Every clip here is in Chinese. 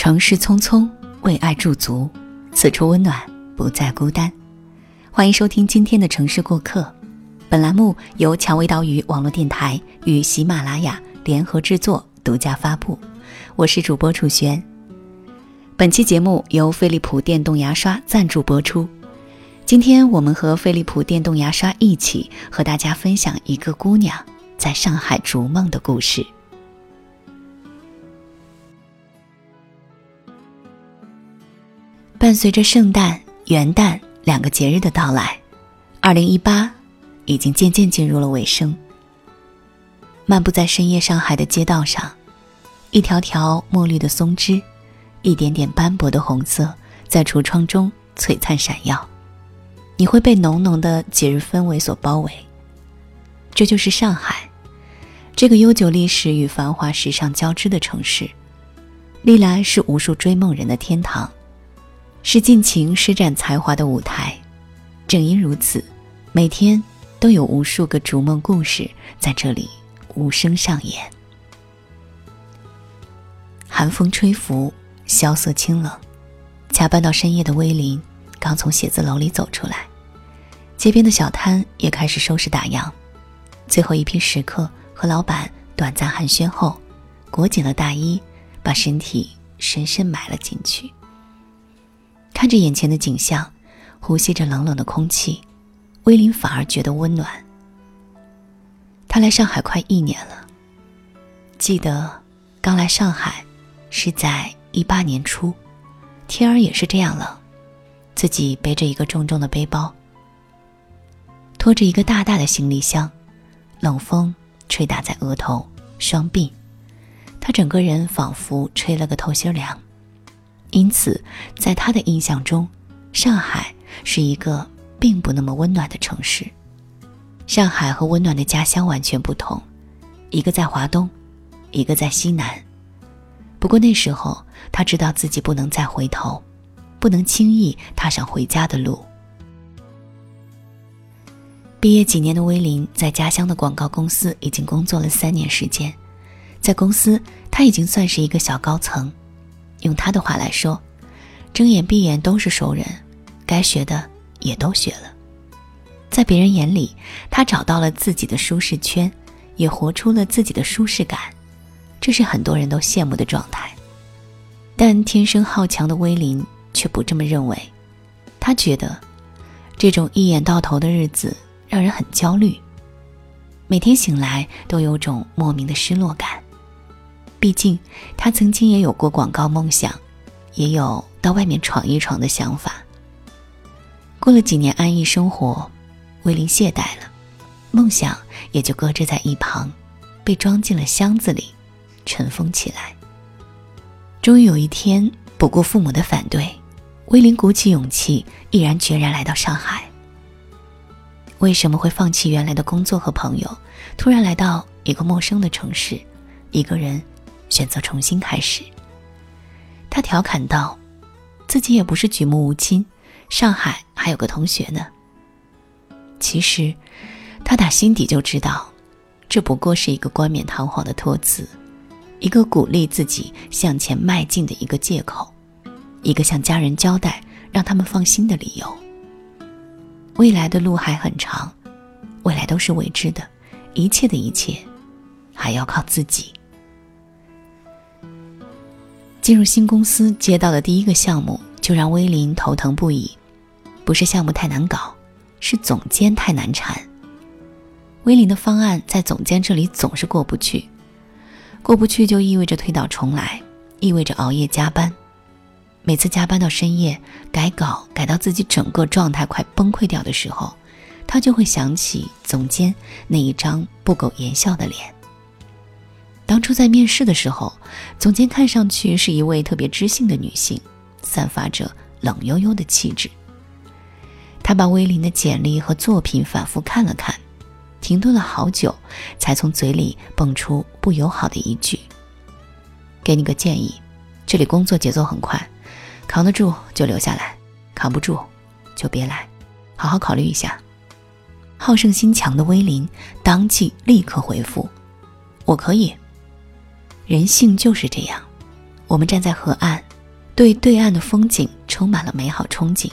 城市匆匆，为爱驻足，此处温暖，不再孤单。欢迎收听今天的城市过客，本栏目由蔷薇岛屿网络电台与喜马拉雅联合制作，独家发布。我是主播楚璇。本期节目由飞利浦电动牙刷赞助播出。今天我们和飞利浦电动牙刷一起和大家分享一个姑娘在上海逐梦的故事。伴随着圣诞、元旦两个节日的到来，2018已经渐渐进入了尾声。漫步在深夜上海的街道上，一条条墨绿的松枝，一点点斑驳的红色在橱窗中璀璨闪耀，你会被浓浓的节日氛围所包围。这就是上海，这个悠久历史与繁华时尚交织的城市，历来是无数追梦人的天堂，是尽情施展才华的舞台。正因如此，每天都有无数个逐梦故事在这里无声上演。寒风吹拂，萧瑟清冷，加班到深夜的威林刚从写字楼里走出来，街边的小摊也开始收拾打烊。最后一批食客和老板短暂寒暄后，裹紧了大衣，把身体深深埋了进去。看着眼前的景象，呼吸着冷冷的空气，威林反而觉得温暖。他来上海快1年了，记得刚来上海是在18年初，天儿也是这样冷，自己背着一个重重的背包，拖着一个大大的行李箱，冷风吹打在额头、双鬓，他整个人仿佛吹了个透心凉。因此在他的印象中，上海是一个并不那么温暖的城市。上海和温暖的家乡完全不同，一个在华东，一个在西南。不过那时候他知道自己不能再回头，不能轻易踏上回家的路。毕业几年的威林在家乡的广告公司已经工作了3年时间，在公司他已经算是一个小高层。用他的话来说，睁眼闭眼都是熟人，该学的也都学了。在别人眼里，他找到了自己的舒适圈，也活出了自己的舒适感，这是很多人都羡慕的状态。但天生好强的威林却不这么认为，他觉得这种一眼到头的日子让人很焦虑，每天醒来都有种莫名的失落感。毕竟他曾经也有过广告梦想，也有到外面闯一闯的想法。过了几年安逸生活，威林懈怠了，梦想也就搁置在一旁，被装进了箱子里，尘封起来。终于有一天，不顾父母的反对，威林鼓起勇气，毅然决然来到上海。为什么会放弃原来的工作和朋友，突然来到一个陌生的城市，一个人选择重新开始？他调侃道，自己也不是举目无亲，上海还有个同学呢。其实他打心底就知道，这不过是一个冠冕堂皇的托词，一个鼓励自己向前迈进的一个借口，一个向家人交代让他们放心的理由。未来的路还很长，未来都是未知的，一切的一切还要靠自己。进入新公司接到的第一个项目就让威林头疼不已，不是项目太难搞，是总监太难缠。威林的方案在总监这里总是过不去，过不去就意味着推倒重来，意味着熬夜加班。每次加班到深夜，改稿改到自己整个状态快崩溃掉的时候，他就会想起总监那一张不苟言笑的脸。当初在面试的时候，总监看上去是一位特别知性的女性，散发着冷悠悠的气质。他把威林的简历和作品反复看了看，停顿了好久，才从嘴里蹦出不友好的一句：给你个建议，这里工作节奏很快，扛得住就留下来，扛不住就别来，好好考虑一下。好胜心强的威林当即立刻回复：我可以。人性就是这样，我们站在河岸， 对对岸的风景充满了美好憧憬。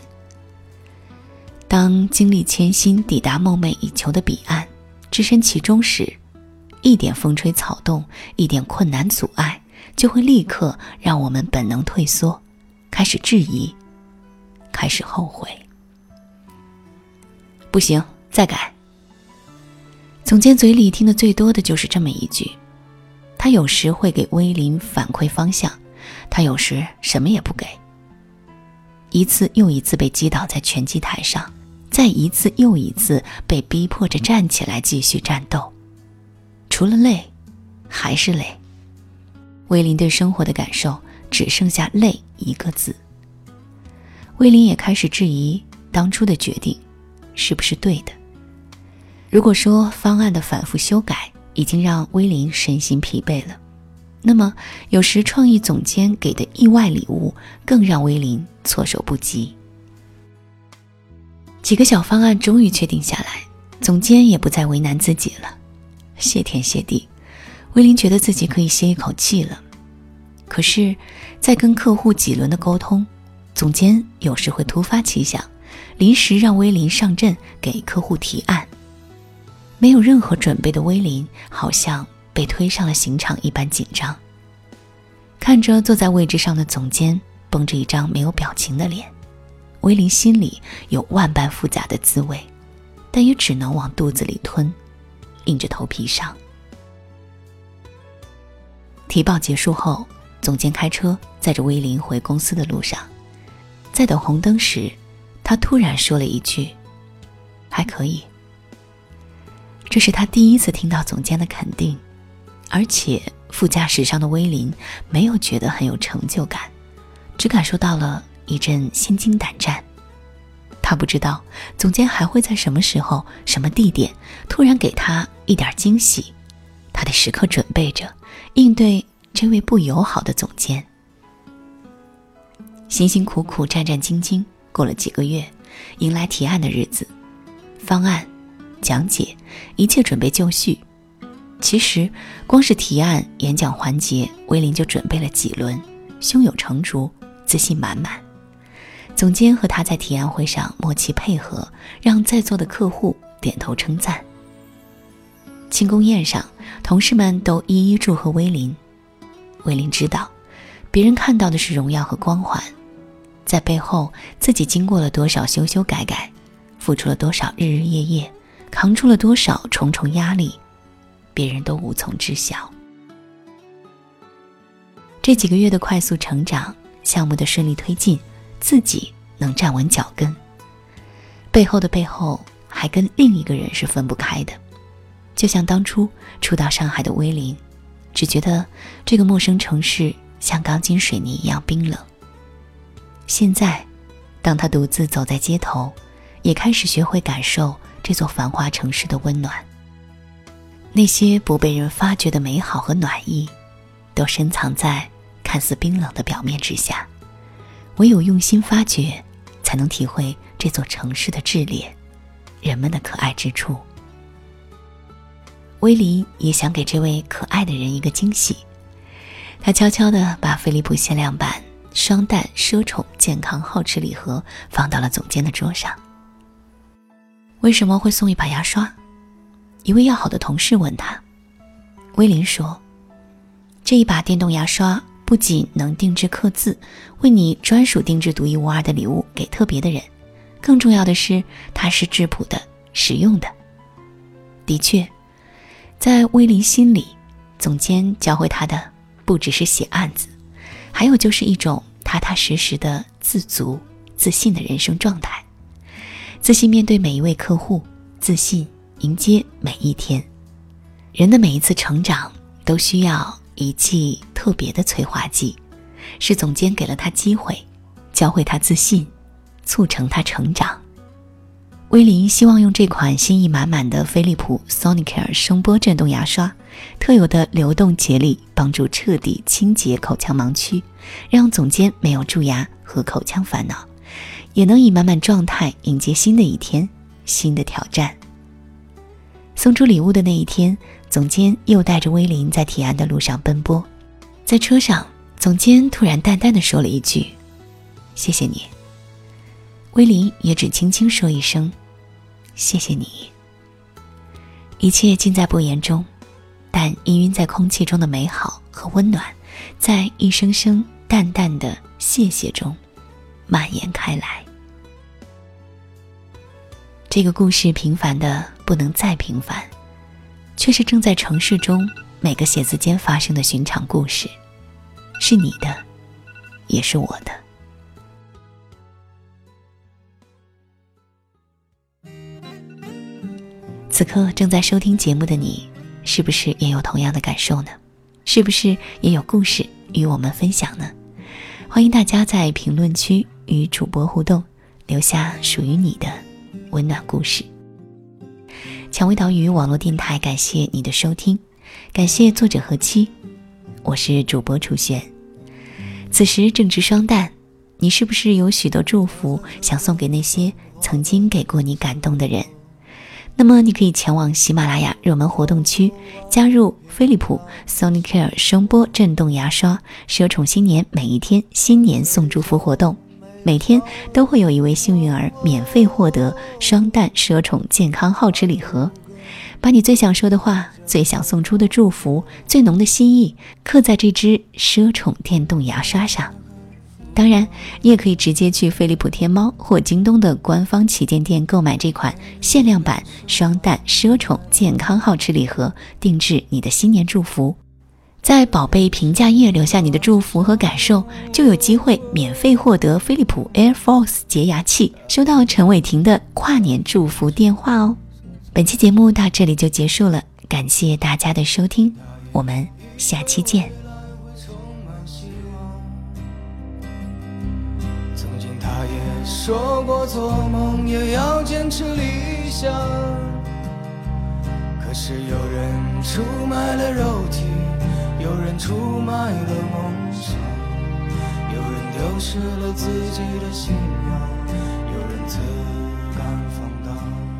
当经历千辛抵达梦寐以求的彼岸，置身其中时，一点风吹草动，一点困难阻碍，就会立刻让我们本能退缩，开始质疑，开始后悔。不行，再改。总监嘴里听得最多的就是这么一句。他有时会给威林反馈方向，他有时什么也不给。一次又一次被击倒在拳击台上，再一次又一次被逼迫着站起来继续战斗。除了累，还是累。威林对生活的感受只剩下累一个字。威林也开始质疑当初的决定是不是对的。如果说方案的反复修改已经让威林身心疲惫了，那么有时创意总监给的意外礼物更让威林措手不及。几个小方案终于确定下来，总监也不再为难自己了。谢天谢地，威林觉得自己可以歇一口气了。可是在跟客户几轮的沟通，总监有时会突发奇想，临时让威林上阵给客户提案。没有任何准备的威林好像被推上了刑场一般紧张，看着坐在位置上的总监绷着一张没有表情的脸，威林心里有万般复杂的滋味，但也只能往肚子里吞，硬着头皮上。提报结束后，总监开车载着威林回公司的路上，在等红灯时，他突然说了一句：“还可以。”这是他第一次听到总监的肯定，而且副驾驶上的威林没有觉得很有成就感，只感受到了一阵心惊胆战。他不知道总监还会在什么时候、什么地点突然给他一点惊喜，他得时刻准备着应对这位不友好的总监。辛辛苦苦、战战兢兢过了几个月，迎来提案的日子，方案、讲解，一切准备就绪。其实光是提案、演讲环节，威林就准备了几轮，胸有成竹，自信满满。总监和他在提案会上默契配合，让在座的客户点头称赞。庆功宴上，同事们都一一祝贺威林。威林知道，别人看到的是荣耀和光环，在背后自己经过了多少修修改改，付出了多少日日夜夜，扛出了多少重重压力，别人都无从知晓。这几个月的快速成长，项目的顺利推进，自己能站稳脚跟，背后的背后还跟另一个人是分不开的。就像当初初到上海的威林，只觉得这个陌生城市像钢筋水泥一样冰冷。现在当他独自走在街头，也开始学会感受这座繁华城市的温暖。那些不被人发觉的美好和暖意，都深藏在看似冰冷的表面之下，唯有用心发掘，才能体会这座城市的炽烈，人们的可爱之处。威林也想给这位可爱的人一个惊喜，他悄悄地把飞利浦限量版双蛋奢宠健康好吃礼盒放到了总监的桌上。为什么会送一把牙刷？一位要好的同事问他。威林说，这一把电动牙刷不仅能定制刻字，为你专属定制独一无二的礼物给特别的人，更重要的是它是质朴的、实用的。的确，在威林心里，总监教会他的不只是写案子，还有就是一种踏踏实实的自足、自信的人生状态。自信面对每一位客户，自信迎接每一天。人的每一次成长都需要一剂特别的催化剂，是总监给了他机会，教会他自信，促成他成长。威林希望用这款心意满满的飞利浦 Sonicare 声波震动牙刷，特有的流动节力帮助彻底清洁口腔盲区，让总监没有蛀牙和口腔烦恼，也能以满满状态迎接新的一天，新的挑战。送出礼物的那一天，总监又带着威林在提案的路上奔波。在车上，总监突然淡淡地说了一句： 谢谢你。威林也只轻轻说一声谢谢你。一切尽在不言中，但氤氲在空气中的美好和温暖，在一声声淡淡的谢谢中蔓延开来。这个故事平凡的不能再平凡，却是正在城市中每个写字间发生的寻常故事，是你的，也是我的。此刻正在收听节目的你，是不是也有同样的感受呢？是不是也有故事与我们分享呢？欢迎大家在评论区与主播互动，留下属于你的温暖故事。蔷薇岛屿网络电台，感谢你的收听，感谢作者何期，我是主播楚璇。此时正值双旦，你是不是有许多祝福想送给那些曾经给过你感动的人？那么你可以前往喜马拉雅热门活动区，加入飞利浦 Sonicare 声波震动牙刷奢宠新年每一天新年送祝福活动，每天都会有一位幸运儿免费获得双旦奢宠健康号纸礼盒，把你最想说的话，最想送出的祝福，最浓的心意刻在这支奢宠电动牙刷上。当然你也可以直接去飞利浦天猫或京东的官方旗舰店购买这款限量版双旦奢宠健康号纸礼盒，定制你的新年祝福。在宝贝评价页留下你的祝福和感受，就有机会免费获得飞利浦 Air Force 洁牙器，收到陈伟霆的跨年祝福电话哦。本期节目到这里就结束了，感谢大家的收听，我们下期见。 说过做梦也要坚持理想，可是有人出卖了肉体，有人出卖了梦想，有人丢失了自己的信仰，有人自甘放荡。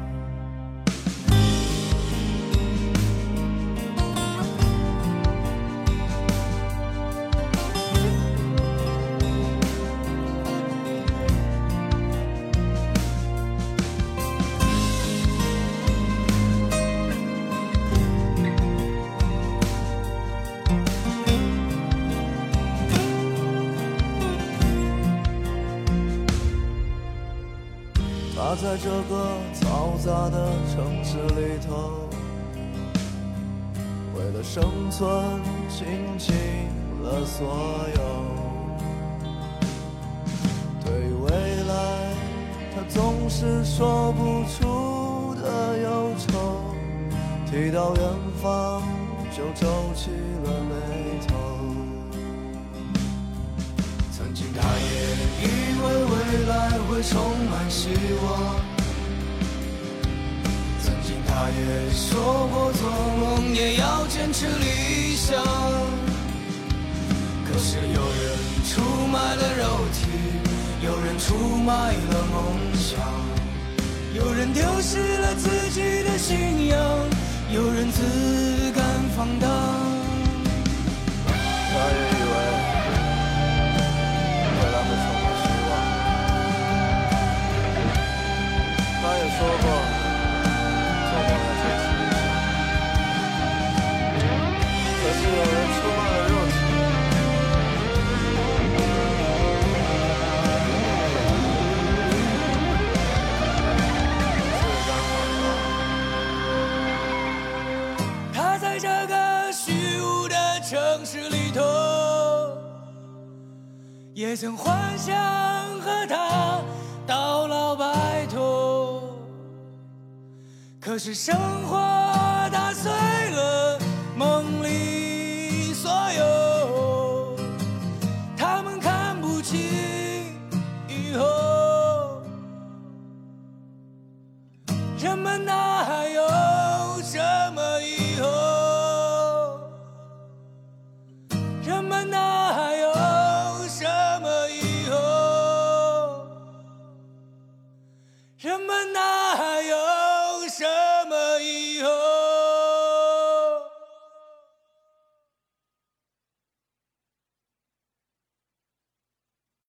他在这个嘈杂的城市里头，为了生存倾尽了所有。对于未来，他总是说不出的忧愁，提到远方就皱起了眉头。曾经他也以为未来会充满希望，曾经他也说过做梦也要坚持理想，可是有人出卖了肉体，有人出卖了梦想，有人丢失了自己的信仰，有人自甘放荡。他也以为未来会充满希望，他也说过做梦要坚持理想，可是有人出卖了肉体，他在这个虚无的城市里头，也曾幻想和他到老白头，可是生活打碎